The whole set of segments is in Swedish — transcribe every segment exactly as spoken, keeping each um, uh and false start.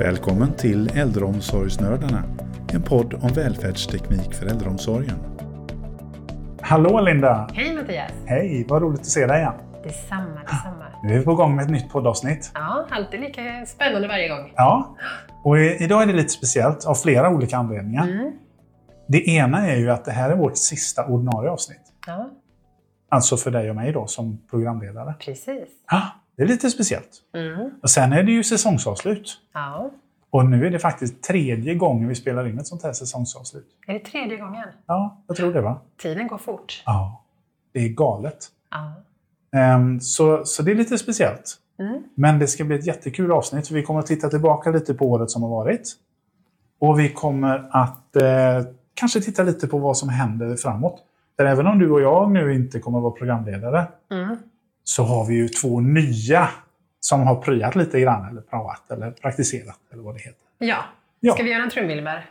Välkommen till Äldreomsorgsnördarna, en podd om välfärdsteknik för äldreomsorgen. Hallå Linda! Hej Mattias! Hej, vad roligt att se dig igen. Detsamma, detsamma. Nu är vi på gång med ett nytt poddavsnitt. Ja, alltid lika spännande varje gång. Ja, och idag är det lite speciellt av flera olika anledningar. Mm. Det ena är ju att det här är vårt sista ordinarie avsnitt. Ja, Alltså för dig och mig då som programledare. precis. Ja, det är lite speciellt. Mm. Och sen är det ju säsongsavslut. Ja, Och nu är det faktiskt tredje gången vi spelar in ett sånt här säsongsavslut. är det tredje gången? Ja, jag tror det va? Tiden går fort. Ja, det är galet. Ja. Um, så, så det är lite speciellt. Mm. Men det ska bli ett jättekul avsnitt. För vi kommer att titta tillbaka lite på året som har varit. Och vi kommer att eh, kanske titta lite på vad som händer framåt. För även om du och jag nu inte kommer att vara programledare. Mm. Så har vi ju två nya som har pryat lite grann. Eller pratat eller praktiserat. Eller vad det heter. Ja, Ja. ska vi göra en trumvirvel?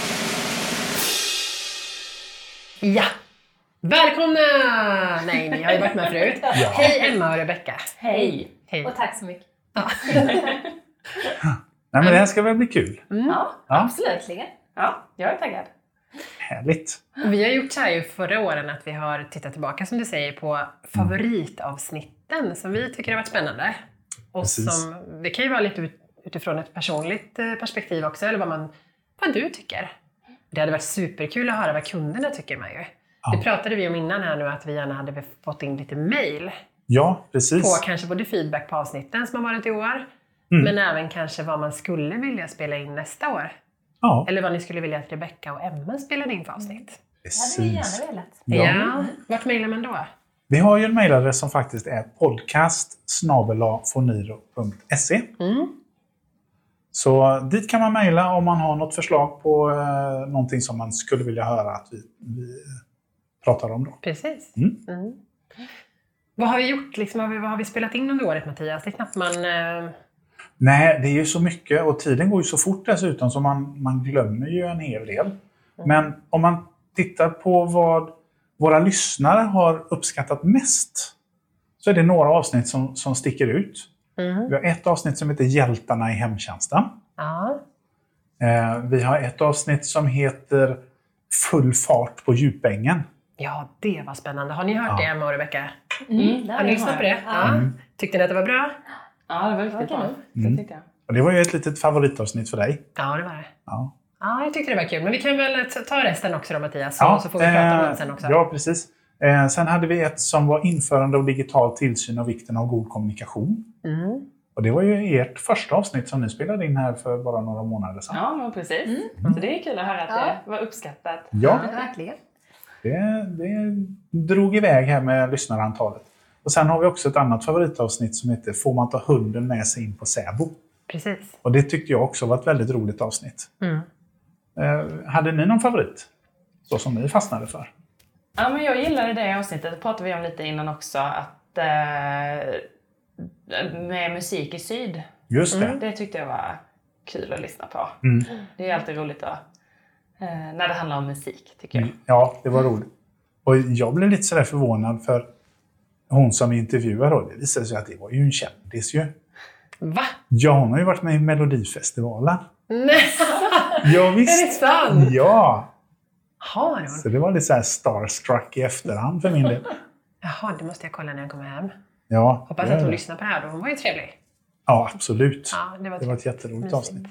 Ja! Välkomna! Nej, ni har ju varit med förut. Ja. Hej Emma och Rebecka. Hej. Hej. Och tack så mycket. Ja. Nej, men det här ska väl bli kul. Mm. Ja, Ja. absolut. Verkligen. Ja, jag är taggad. Härligt. Vi har gjort så här ju förra åren att vi har tittat tillbaka som du säger på favoritavsnitten som vi tycker har varit spännande. Och Precis. som, det kan ju vara lite ut, utifrån ett personligt eh, perspektiv också, eller vad, man, vad du tycker. Det hade varit superkul att höra vad kunderna tycker man ju. Ja. Det pratade vi om innan här nu att vi gärna hade fått in lite mail Ja, precis. på kanske både feedback på avsnitten som har varit i år, Mm. men även kanske vad man skulle vilja spela in nästa år. Ja, Eller vad ni skulle vilja att Rebecka och Emma spelade in för avsnitt. Det hade vi precis. gärna velat. Ja. Ja. Vart mejlar man då? Vi har ju en mejladress som faktiskt är podcast snabel-a foniro punkt se. Mm. Så dit kan man mejla om man har något förslag på eh, någonting som man skulle vilja höra att vi, vi pratar om då. Precis. Mm. Mm. Vad har vi gjort? Liksom, vad, har vi, vad har vi spelat in under året, Mattias? Det är knappt man... Eh... Nej, det är ju så mycket och tiden går ju så fort dessutom så man, man glömmer ju en hel del. Men om man tittar på vad våra lyssnare har uppskattat mest så är det några avsnitt som, som sticker ut. Mm. Vi har ett avsnitt som heter Hjältarna i hemtjänsten. Ja. Eh, vi har ett avsnitt som heter Full fart på djupängen. ja, det var spännande. Har ni hört Ja. det, Emma och Rebecka? Mm, Har ni lyssnat på det? Ja, Mm. Tyckte ni att det var bra? ja det var riktigt bra. Mm. Det tyckte jag. Och det var ju ett litet favoritavsnitt för dig. Ja, det var det. Ja, Ja, jag tyckte det var kul. Men vi kan väl ta- ta resten också då, Mattias. Så, så får vi prata om den sen också. Ja, precis. Eh, sen hade vi ett som var införande av digital tillsyn och vikten av god kommunikation. Mm. Och det var ju ert första avsnitt som ni spelade in här för bara några månader sedan. Ja, men precis. Så det är kul att höra att Ja. det var uppskattat. Ja, verkligen. det, det drog iväg här med lyssnarantalet. Och sen har vi också ett annat favoritavsnitt som heter Får man ta hunden med sig in på Säbo? Precis. Och det tyckte jag också var ett väldigt roligt avsnitt. Mm. Eh, hade ni någon favorit? Så som ni fastnade för? Ja, men jag gillade det avsnittet. Det pratade vi om lite innan också. Att, eh, med musik i syd. Just det. Mm, det tyckte jag var kul att lyssna på. Mm. Det är alltid roligt att, eh, när det handlar om musik, tycker jag. Ja, det var roligt. Och jag blev lite sådär förvånad för hon som intervjuade då, det visade sig att det var ju en kändis ju. Va? Ja, hon har ju varit med i Melodifestivalen. Nej, Ja, är det visst. sant? Ja, Har hon? så det var lite så här starstruck i efterhand för min del. Jaha, det måste jag kolla när jag kommer hem. Ja, Hoppas det- att hon lyssnar på det här då. Hon var ju trevlig. Ja, absolut. Ja, det var, Det var ett trevligt. jätteroligt Mysigt. avsnitt.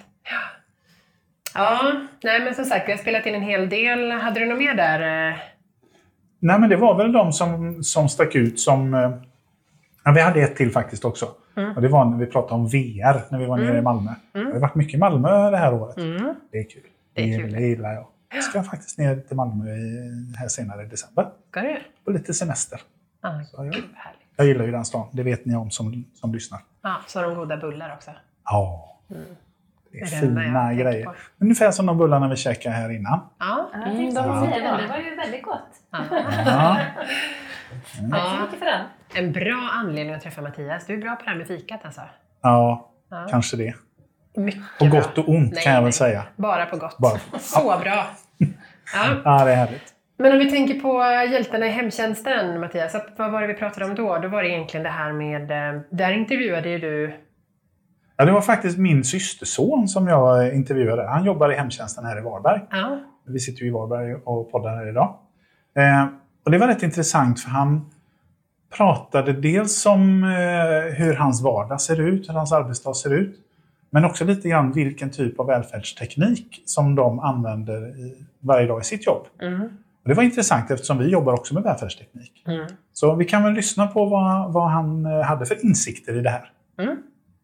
Ja, nej men som sagt, vi har spelat in en hel del. Hade du något mer där? eh? Nej, men det var väl de som, som stack ut som... eh, Ja, vi hade ett till faktiskt också. Mm. Och det var när vi pratade om V R, när vi var nere i Malmö. Det har varit mycket i Malmö det här året. Mm. Det är kul. Det är Det, kul. det gillar jag. Jag ska faktiskt ner till Malmö i, här senare i december. Ska du? På lite semester. Ja, Så jag, gud, vad härligt. jag gillar ju den stan. Det vet ni om som, som lyssnar. Ja, så har de goda bullar också. Ja. Det är Det är det enda jag fina tänker grejer. på. Ungefär som de bullarna vi käkade här innan. Ja. Mm, Jag tänkte de var säga fina. det, det var ju väldigt gott. Ja. Ja. Tack så Ja. mycket för den. En bra anledning att träffa Mattias. Du är bra på det här med fikat alltså. Ja, Ja. kanske det. Mycket På bra. gott och ont Nej, kan jag väl nej. säga. Bara på gott. Bara Så bra. Ja. Ja, det är härligt. Men om vi tänker på hjältarna i hemtjänsten, Mattias. Vad var det vi pratade om då? Då var det egentligen det här med... eh, Där intervjuade ju du Ja, det var faktiskt min systerson som jag intervjuade. Han jobbar i hemtjänsten här i Varberg. Ja. Vi sitter ju i Varberg och poddar här idag. Eh, och det var rätt intressant för han pratade dels om eh, hur hans vardag ser ut, hur hans arbetsdag ser ut. Men också lite grann vilken typ av välfärdsteknik som de använder i, varje dag i sitt jobb. Mm. Och det var intressant eftersom vi jobbar också med välfärdsteknik. Mm. Så vi kan väl lyssna på vad, vad han hade för insikter i det här. Mm.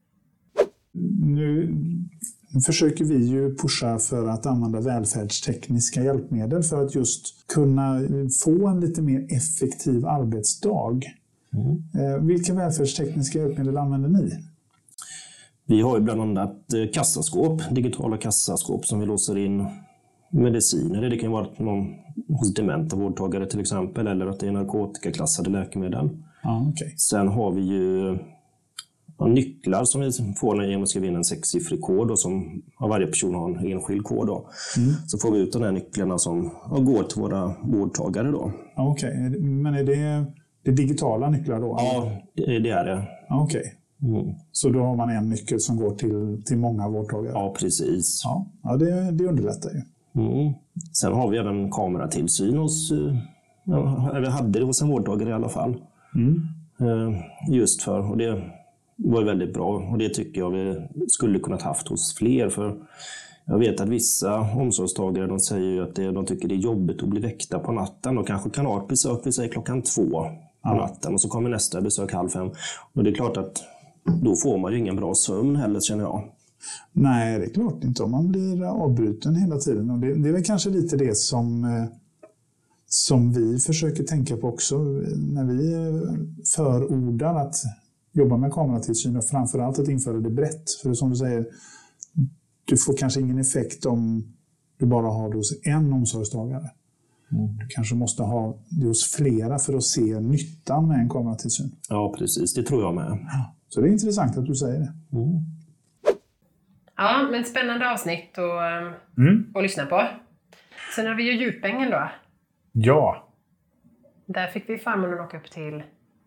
Nu försöker vi ju pusha för att använda välfärdstekniska hjälpmedel för att just kunna få en lite mer effektiv arbetsdag. Mm. Vilka välfärdstekniska hjälpmedel använder ni? Vi har ju bland annat kassaskåp, digitala kassaskåp som vi låser in mediciner. Det kan vara någon hos dementa vårdtagare till exempel, eller att det är narkotikaklassade läkemedel. Ja, okay. Sen har vi ju ja, nycklar som vi får när vi skriver in en sexsiffrig kod och som ja, varje person har en enskild kod. Då. Mm. Så får vi ut de här nycklarna som ja, går till våra vårdtagare. Då. Ja, okej, okay. Men är det, det digitala nycklar då? Ja, det, det är det. Ja, okej. Okay. Mm. Så då har man en nyckel som går till, till många vårdtagare? Ja, precis. Ja, ja det, det underlättar ju. Mm. Sen har vi även kameratillsyn hos, ja, eller hade det hos en vårdtagare i alla fall. Mm. Just för, och det var väldigt bra och det tycker jag vi skulle kunnat haft hos fler. För jag vet att vissa omsorgstagare de säger ju att det, de tycker det är jobbigt att bli väckta på natten och kanske kan ha ett besök, vi säger klockan två på ja. natten och så kommer nästa besök halv fem. Och det är klart att då får man ju ingen bra sömn heller, känner jag. Nej, det är klart inte om man blir avbruten hela tiden. Och det, det är väl kanske lite det som, som vi försöker tänka på också när vi förordar att jobba med kameratillsyn och framförallt att införa det brett. För som du säger, du får kanske ingen effekt om du bara har det hos en omsorgstagare. Mm. Du kanske måste ha det hos flera för att se nyttan med en kameratillsyn. Ja, precis. Det tror jag med. Ja. Så det är intressant att du säger det. Mm. Ja, men spännande avsnitt att, mm. att lyssna på. Sen har vi ju Djupängen då. Ja. Där fick vi förmånen att åka upp till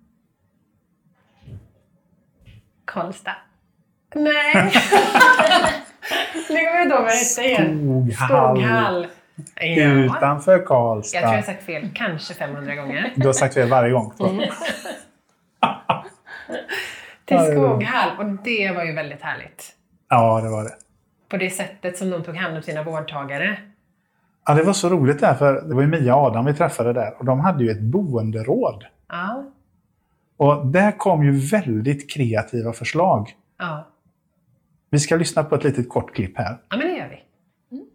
Karlstad. Nej! Nu kommer jag då vad det hette igen. Skoghall. Skoghall. Ja. Utanför Karlstad. Jag tror jag har sagt fel. Kanske femhundra gånger. Du har sagt fel varje gång. Mm. Till Skoghall. Och det var ju väldigt härligt. Ja, det var det. På det sättet som de tog hand om sina vårdtagare. Ja, det var så roligt där. För det var ju Mia och Adam vi träffade där. Och de hade ju ett boenderåd. Ja. Och där kom ju väldigt kreativa förslag. Ja. Vi ska lyssna på ett litet kort klipp här. Ja, men det gör vi. Mm.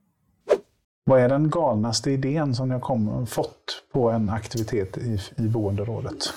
Vad är den galnaste idén som ni har kom, fått på en aktivitet i, i boenderådet?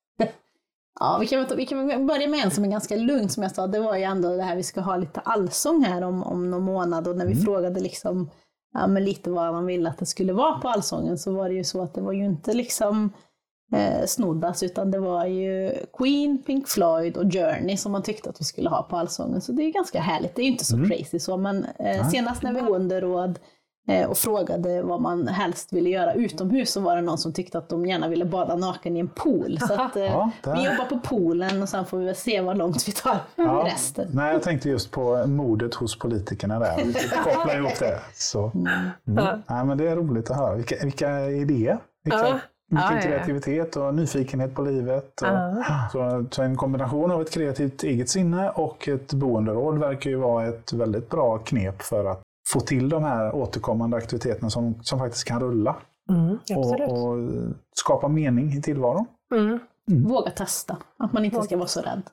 Ja, vi kan, vi kan börja med en som är ganska lugn som jag sa. Det var ju ändå det här vi ska ha lite allsång här om, om någon månad. Och när vi mm. frågade liksom, ja, men lite vad man ville att det skulle vara på allsången så var det ju så att det var ju inte liksom eh, snoddas utan det var ju Queen, Pink Floyd och Journey som man tyckte att vi skulle ha på allsången. Så det är ganska härligt. Det är ju inte så mm. crazy så. Men eh, senast när vi var under råd och frågade vad man helst ville göra utomhus så var det någon som tyckte att de gärna ville bada naken i en pool. Så att, ja, vi jobbar på poolen och sen får vi väl se vad långt vi tar ja, resten. Nej, jag tänkte just på modet hos politikerna där. Vi kopplar ihop det. Så. Mm. Mm. Nej, men det är roligt att höra. Vilka, vilka idéer? Vilka, ja. Vilken ja, kreativitet och nyfikenhet på livet. Och, ja. så, så en kombination av ett kreativt eget sinne och ett boenderåd verkar ju vara ett väldigt bra knep för att få till de här återkommande aktiviteterna som, som faktiskt kan rulla. Mm, och, och skapa mening i tillvaron. Mm. Mm. Våga testa. Att man inte ska vara så rädd.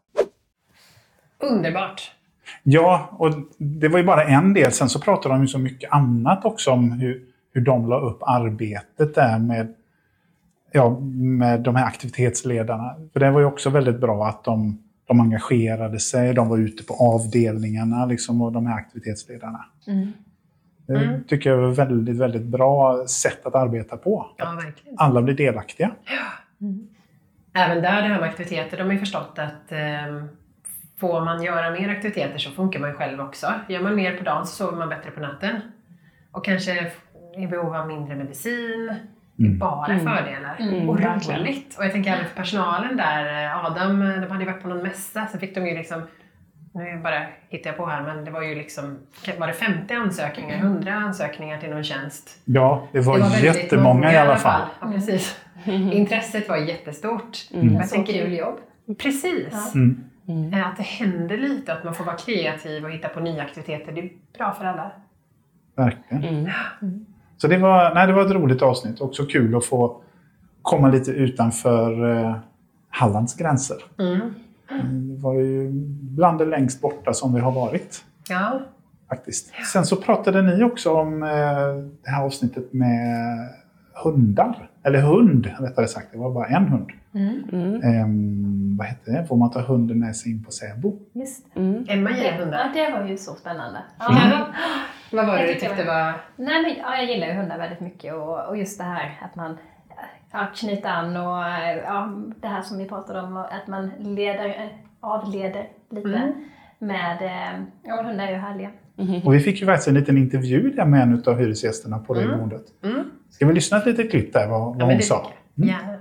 Underbart. Ja, och det var ju bara en del. Sen så pratade de ju så mycket annat också om hur, hur de la upp arbetet där med, ja, med de här aktivitetsledarna. För det var ju också väldigt bra att de, de engagerade sig. De var ute på avdelningarna liksom, och de här aktivitetsledarna. Mm. Det mm. tycker jag är ett väldigt, väldigt bra sätt att arbeta på. Ja, verkligen. Alla blir delaktiga. Ja. Mm. Även där det här med aktiviteter, de har ju förstått att eh, får man göra mer aktiviteter så funkar man själv också. Gör man mer på dagen så sover man bättre på natten. Och kanske i behov av mindre medicin. Det är bara mm. fördelar. Mm, och roligt. Och jag tänker även för personalen där. Adam, de hade varit på någon mässa. Så fick de ju liksom nu bara hittar jag på här, men det var ju liksom, var det femtio ansökningar, hundra ansökningar till någon tjänst? Ja, det var, det var jättemånga många, i alla fall. Ja, precis. Intresset var jättestort. Mm. Jag Så tänker, kul jobb. precis. Ja. Mm. Mm. Att det händer lite, att man får vara kreativ och hitta på nya aktiviteter. Det är bra för alla. Verkligen. Mm. Mm. Så det var, nej, det var ett roligt avsnitt. Också kul att få komma lite utanför eh, Hallands gränser. Mm. Det var ju bland det längst borta som vi har varit. Ja. Faktiskt. Sen så pratade ni också om eh, det här avsnittet med hundar. Eller hund, rättare sagt. Det var bara en hund. Mm. Mm. Ehm, vad heter det? Får man ta hunden med sig in på Säbo? Just det. Mm. Emma gillar Ja, hundar. det var ju så spännande. Ja. Ja. Vad var det Jag du tycker tyckte det var... Nej, men, ja, jag gillar ju hundar väldigt mycket och, och just det här att man ja, knyter an och ja, det här som vi pratade om, att man leder, avleder lite Mm. med, eh, ja, hundar är ju härliga. Och vi fick ju faktiskt en liten intervju där med en av hyresgästerna på det Mm. boendet. Mm. Ska vi lyssna ett litet klipp där vad, vad Ja, men hon det sa? tycker jag. Gärna.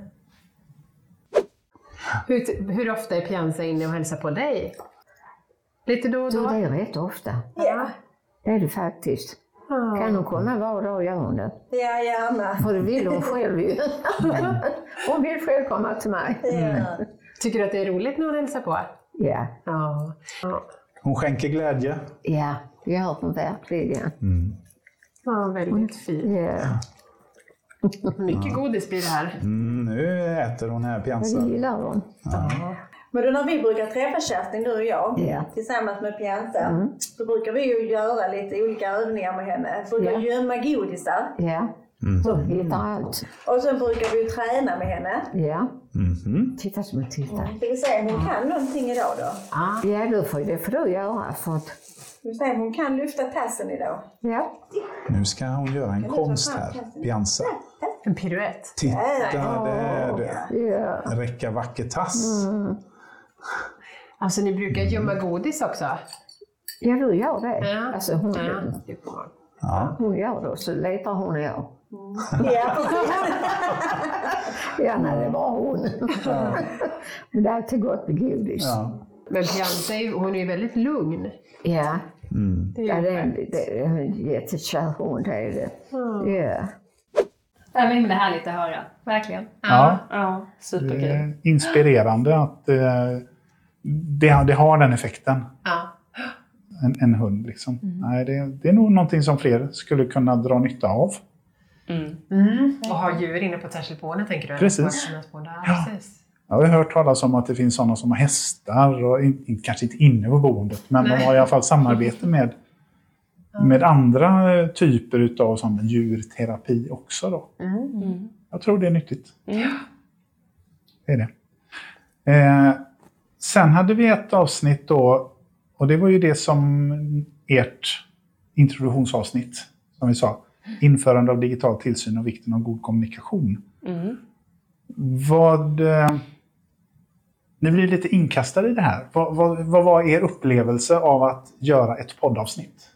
Hur, hur ofta är Pianza inne och hälsar på dig? Lite då och Du, då? det är rätt ofta. Ja. Det är det faktiskt. Kan hon komma var dag och göra hon det? Ja, gärna. För det vill hon själv ju. Hon vill själv komma till mig. Ja. Tycker du att det är roligt när hon hälsar på? Ja, Ja. Ja, Hon skänker glädje. ja, det gör hon verkligen. ja väldigt fint. Ja, Mycket godis blir det här. Mm, nu äter hon här det Pianza. gillar hon. Men då när vi brukar träffa Kerstin, du och jag, Ja. tillsammans med Pianza, Mm. så brukar vi ju göra lite olika övningar med henne. Vi brukar Ja. gömma godisar. Ja, så hittar allt. Och sen brukar vi ju träna med henne. Ja, Mhm. titta som en titta. Ska vi se om hon kan någonting idag då? Ja, då får det får du göra. För att, Ska vi se om hon kan lyfta tassen idag? ja, Nu ska hon göra en konst här. Pianza. En piruett. Titta, det är det. ja. Räcka vacker tass. Alltså ni brukar gömma godis också? Ja, du gör det. Ja. Alltså hon, Ja. Ja. hon gör det och så letar hon och jag. Ja, Ja, nej, det var hon. Men det är alltid gott med godis. Ja. Men Pianza är ju, hon är ju väldigt lugn. Ja, Det är ja ju det, är, skönt. det är en jättekär hund, det är det. Ja. Det är himla härligt att höra, verkligen. Ja. Ja, Det superkul. är inspirerande att eh, det, det har den effekten. Ja. En, en hund liksom. Nej, det, det är nog någonting som fler skulle kunna dra nytta av. Mm. Mm. Och ha djur inne på ett särskilt boende, tänker du? Precis. Ja, Ja. precis. Jag har hört talas om att det finns sådana som har hästar, och in, in, kanske inte inne på boendet, men Nej. de har i alla fall samarbete med, med andra eh, typer av sån djurterapi också. Då. Mm. Jag tror det är nyttigt. Mm. Det är det. Eh, sen hade vi ett avsnitt då, och det var ju det som ert introduktionsavsnitt, som vi sa. Införande av digital tillsyn och vikten av god kommunikation. Mm. Vad... Eh, ni blir lite inkastade i det här. Vad, vad, vad var er upplevelse av att göra ett poddavsnitt?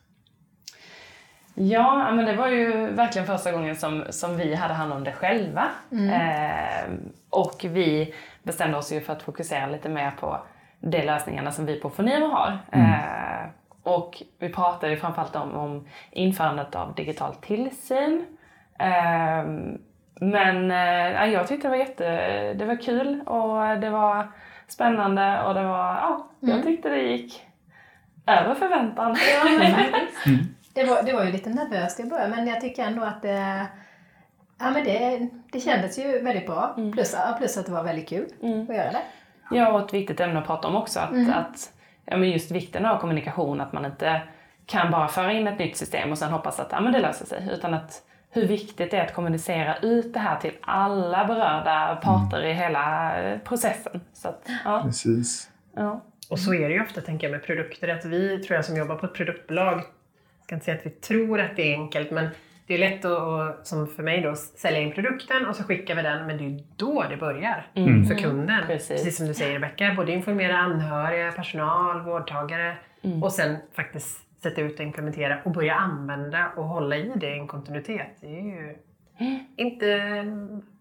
Ja, men det var ju verkligen första gången som, som vi hade hand om det själva. Eh, och vi bestämde oss ju för att fokusera lite mer på de lösningarna som vi på Fonimo har. Eh, och vi pratade ju framförallt om, om införandet av digital tillsyn. Eh, men eh, jag tyckte det var jätte, det var kul och det var spännande och det var, ja, jag tyckte det gick över förväntan. Det var, det var ju lite nervöst i början, men jag tycker ändå att det, ja, men det, det kändes ju väldigt bra. Plus, plus att det var väldigt kul att göra det. Ja, och ett viktigt ämne att prata om också. Att, Mm. att, ja, men just vikten av kommunikation. Att man inte kan bara föra in ett nytt system och sen hoppas att ja, men det löser sig. Utan att hur viktigt det är att kommunicera ut det här till alla berörda parter i hela eh, processen. Så att, ja, Precis. ja. Och så är det ju ofta, tänker jag, med produkter. Att vi, tror jag, som jobbar på ett produktbolag, ska inte säga att vi tror att det är enkelt, men det är lätt att, att, som för mig då, sälja in produkten och så skickar vi den, men det är ju då det börjar Mm. för kunden. Precis. Precis som du säger, Rebecka, både informera anhöriga, personal, vårdtagare Mm. och sen faktiskt sätta ut och implementera och börja använda och hålla i det i en kontinuitet. Det är ju inte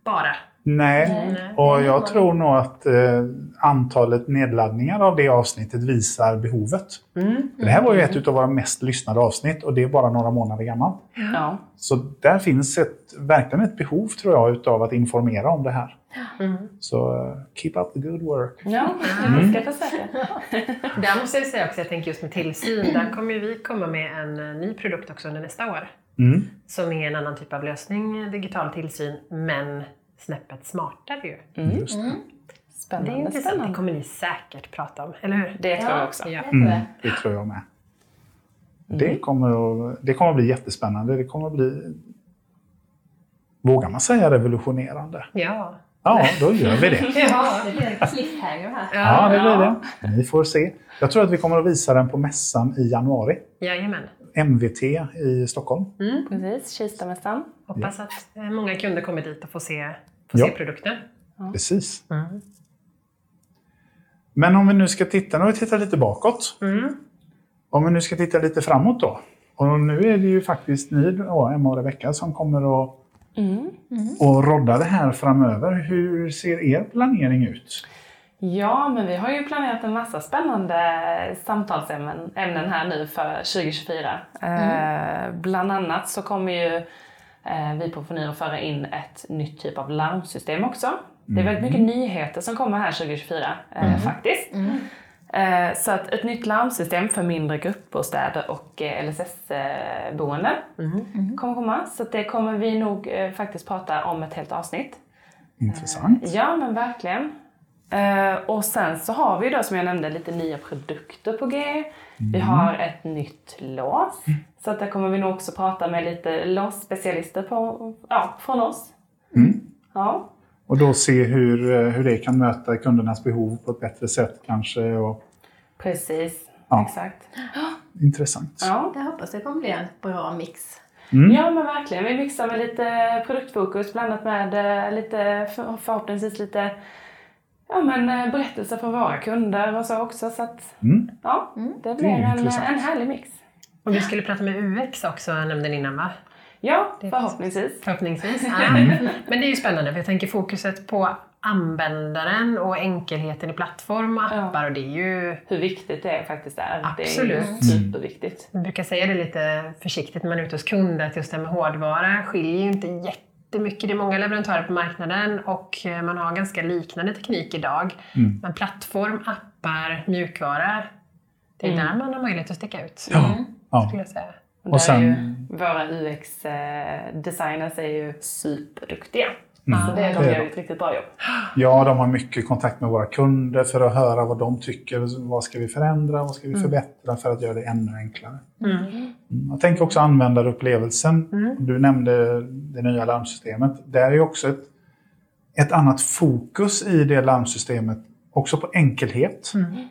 bara. Nej, Nej. och jag tror nog att eh, antalet nedladdningar av det avsnittet visar behovet. Mm. Det här var ju ett av våra mest lyssnade avsnitt och det är bara några månader gammalt. Ja. Så där finns ett, verkligen ett behov tror jag utav att informera om det här. Mm. Så uh, keep up the good work. Ja, vi ska försöka. Där måste jag säga också, jag tänker just med tillsyn, där kommer ju vi komma med en uh, ny produkt också under nästa år. Mm. Som är en annan typ av lösning, digital tillsyn, men snäppet smartare ju. Mm. Just det. Det är Spännande, intressant, spännande. det kommer ni säkert prata om, eller hur? Det tror jag också. Ja. Mm, det tror jag med. Det, kommer att, det kommer att bli jättespännande. Det kommer att bli, vågar man säga, revolutionerande. Ja. Ja, då gör vi det. Ja. Det blir en cliffhanger här. Ja, det blir det. Ni får se. Jag tror att vi kommer att visa den på mässan i januari. Jajamän. M V T i Stockholm. Mm. Precis, Kistamässan. Hoppas att eh, många kunder kommer dit och får se, får Ja. se produkten. Precis. Mm. Men om vi nu ska titta, nu har vi tittat lite bakåt. Mm. Om vi nu ska titta lite framåt då. Och nu är det ju faktiskt ni då, Emma och Rebecka, som kommer att Mm. och rodda det här framöver. Hur ser er planering ut? Ja, men vi har ju planerat en massa spännande samtalsämnen ämnen här nu för tjugo tjugofyra. Eh, bland annat så kommer ju eh, vi på Fonir att föra in ett nytt typ av larmsystem också. Det är väldigt mycket nyheter som kommer här tjugo tjugofyra eh, faktiskt. Eh, så att ett nytt larmsystem för mindre gruppbostäder och eh, L S S-boenden kommer komma. Så att det kommer vi nog eh, faktiskt prata om ett helt avsnitt. Intressant. Ja, men verkligen. Uh, och sen så har vi då, som jag nämnde, lite nya produkter på G. Mm. Vi har ett nytt lås. Mm. Så att där kommer vi nog också prata med lite låsspecialister på, ja, från oss. Mm. Ja. Och då se hur, hur det kan möta kundernas behov på ett bättre sätt kanske. Och, precis, ja. Exakt. Intressant. Ja. Jag hoppas det kommer bli en bra mix. Mm. Ja, men verkligen. Vi mixar med lite produktfokus blandat med lite, för, förhoppningsvis lite ja, men, berättelser från våra kunder och så också. Så att, Mm. ja, det blir Det är en, intressant. en härlig mix. Och vi skulle prata med U X också, nämnde ni innan, va? Ja, förhoppningsvis. Förhoppningsvis. Ja. Men det är ju spännande, för jag tänker fokuset på användaren och enkelheten i plattform och appar. Och det är ju... Hur viktigt det är faktiskt är. Absolut. Det är superviktigt. Jag brukar säga det lite försiktigt när man är ute hos kunder, att just det här med hårdvara skiljer ju inte jättemycket. Det är många leverantörer på marknaden och man har ganska liknande teknik idag. Mm. Men plattform, appar, mjukvara, det är Mm. där man har möjlighet att sticka ut. Ja. Ja. Skulle jag säga. Och Och där sen- är ju, våra U X-designers är ju superduktiga. Mm. Så det, de Det är gör de. ju ett riktigt bra jobb. Ja, de har mycket kontakt med våra kunder för att höra vad de tycker. Vad ska vi förändra? Vad ska vi förbättra för att göra det ännu enklare? Mm. Mm. Jag tänker också användarupplevelsen. Du nämnde det nya larmsystemet. Det är ju också ett, ett annat fokus i det larmsystemet. Också på enkelhet. Mm.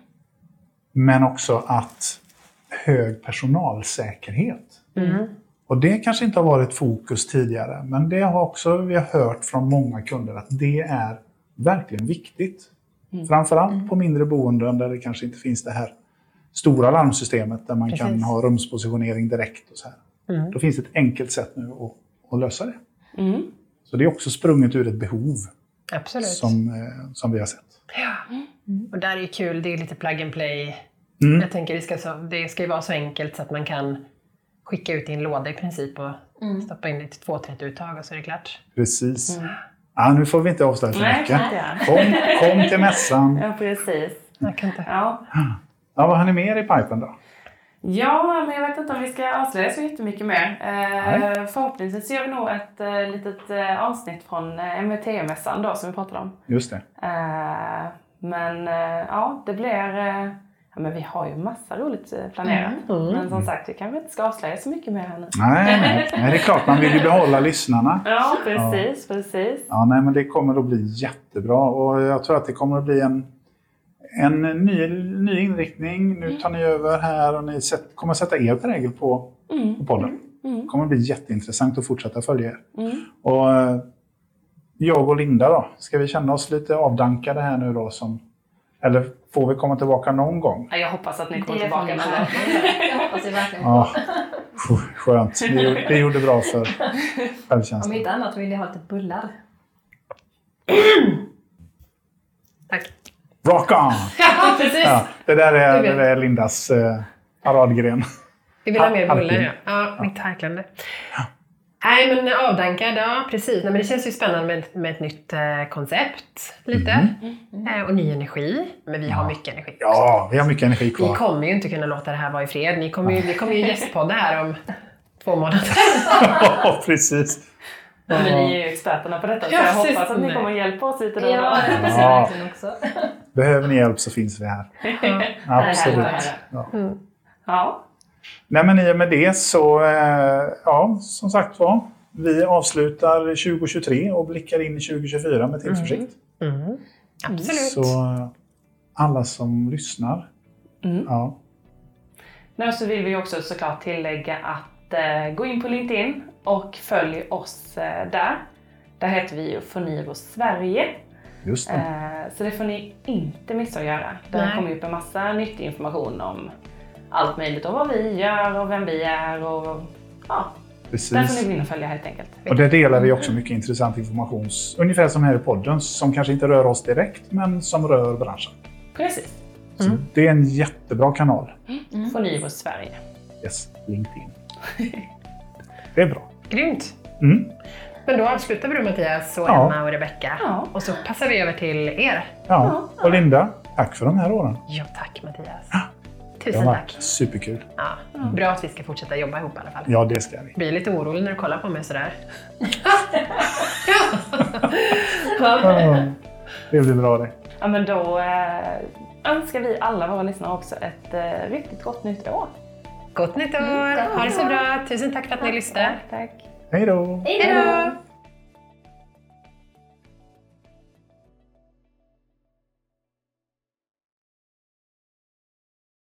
Men också att hög personalsäkerhet. Mm. Och det kanske inte har varit fokus tidigare. Men det har också vi har hört från många kunder att det är verkligen viktigt. Mm. Framförallt på mindre boenden där det kanske inte finns det här stora larmsystemet där man Precis. kan ha rumspositionering direkt och så här. Mm. Då finns det ett enkelt sätt nu att, att lösa det. Mm. Så det är också sprunget ur ett behov Absolut. som, eh, som vi har sett. Ja. Och där är ju kul, det är lite plug and play. Mm. Jag tänker det ska, så, det ska ju vara så enkelt så att man kan skicka ut i en låda i princip och stoppa in ett två tre uttag och så är det klart. Precis. Ja, nu får vi inte avslöja för Nej, mycket. ja. Kom, kom till mässan. Ja, precis. Jag kan inte. Ja. Ja, vad har ni mer i pipen då? Ja, men jag vet inte om vi ska avslöja så jättemycket mer. Eh, förhoppningsvis gör vi nog ett eh, litet eh, avsnitt från eh, M V T-mässan då som vi pratade om. Just det. Eh, men eh, ja, det blir... Eh, ja, men vi har ju massa roligt eh, planerat. Mm. Men som sagt, vi kanske inte ska avslöja så mycket mer här nu. Nej, nej, nej, det är klart man vill ju behålla lyssnarna. Ja, precis, precis. Ja, nej, men det kommer att bli jättebra och jag tror att det kommer att bli en, en ny, ny inriktning. Nu tar ni över här och ni sätt, kommer att sätta er prägel på, Mm. på podden. Mm. Det kommer att bli jätteintressant att fortsätta följa er. Mm. Och eh, jag och Linda då, ska vi känna oss lite avdankade här nu då? Som, eller får vi komma tillbaka någon gång? Ja, jag hoppas att ni kommer Det tillbaka får ni med det. verkligen. Jag hoppas det verkligen. Ja, skönt. Det, gjorde- det gjorde bra för Om självkänslan. inte annat vill jag ha lite bullar. Tack. Rock on! Ja, precis. Ja, det, där är, Du vet. det där är Lindas eh, paradgren. Vi vill ha mer Alltid. bullar, ja. Ja, mitt harklande. Nej, men avdankad, ja precis. Nej, men det känns ju spännande med, med ett nytt eh, koncept, lite. Mm. Eh, och ny energi. Men vi har mycket energi också. Ja, vi har mycket energi kvar. Ni kommer ju inte kunna låta det här vara i fred. Ni kommer ju, vi kommer ju gästpodda här om två månader. Ja, precis. Men ni är ju experterna på detta, så Ja, jag precis. hoppas att ni kommer hjälpa oss lite då. Ja, då. det hoppas jag verkligen också. Behöver ni hjälp så finns vi här. Absolut. Ja. Mm. Ja. Nej, men i och med det så, eh, ja, som sagt var, vi avslutar tjugo tjugotre och blickar in i tjugo tjugofyra med tillförsikt. Mm. Mm. Absolut. Så eh, alla som lyssnar, Mm. ja. Nu så vill vi också såklart tillägga att eh, gå in på LinkedIn och följ oss eh, där. Där heter vi ju Foniro Sverige. Just det. Eh, så det får ni inte missa att göra. Där Nej. kommer upp en massa nyttig information om allt möjligt och vad vi gör och vem vi är och ja, där får Precis. ni gå in och följa helt enkelt. Och där delar vi också mycket intressant information, ungefär som här i podden, som kanske inte rör oss direkt, men som rör branschen. Precis. Så det är en jättebra kanal. Mm. Foniro Sverige. Yes, LinkedIn. Det är bra. Grymt. Mm. Men då avslutar vi då Mattias och Ja. Emma och Rebecka. Ja. Och så passar vi över till er. Ja. Och Linda, tack för de här åren. Ja, tack Mattias. Det Tusen har tack. varit superkul. Ja. Bra att vi ska fortsätta jobba ihop i alla fall. Ja, det ska vi. Jag blir lite orolig när du kollar på mig sådär. Ja, det blir bra det. Ja, men då eh, önskar vi alla våra lyssnare också ett eh, riktigt gott nytt år. Gott nytt år! Ha det så bra! Tusen tack för att ni lyssnade. Tack. Hej då! Hej då!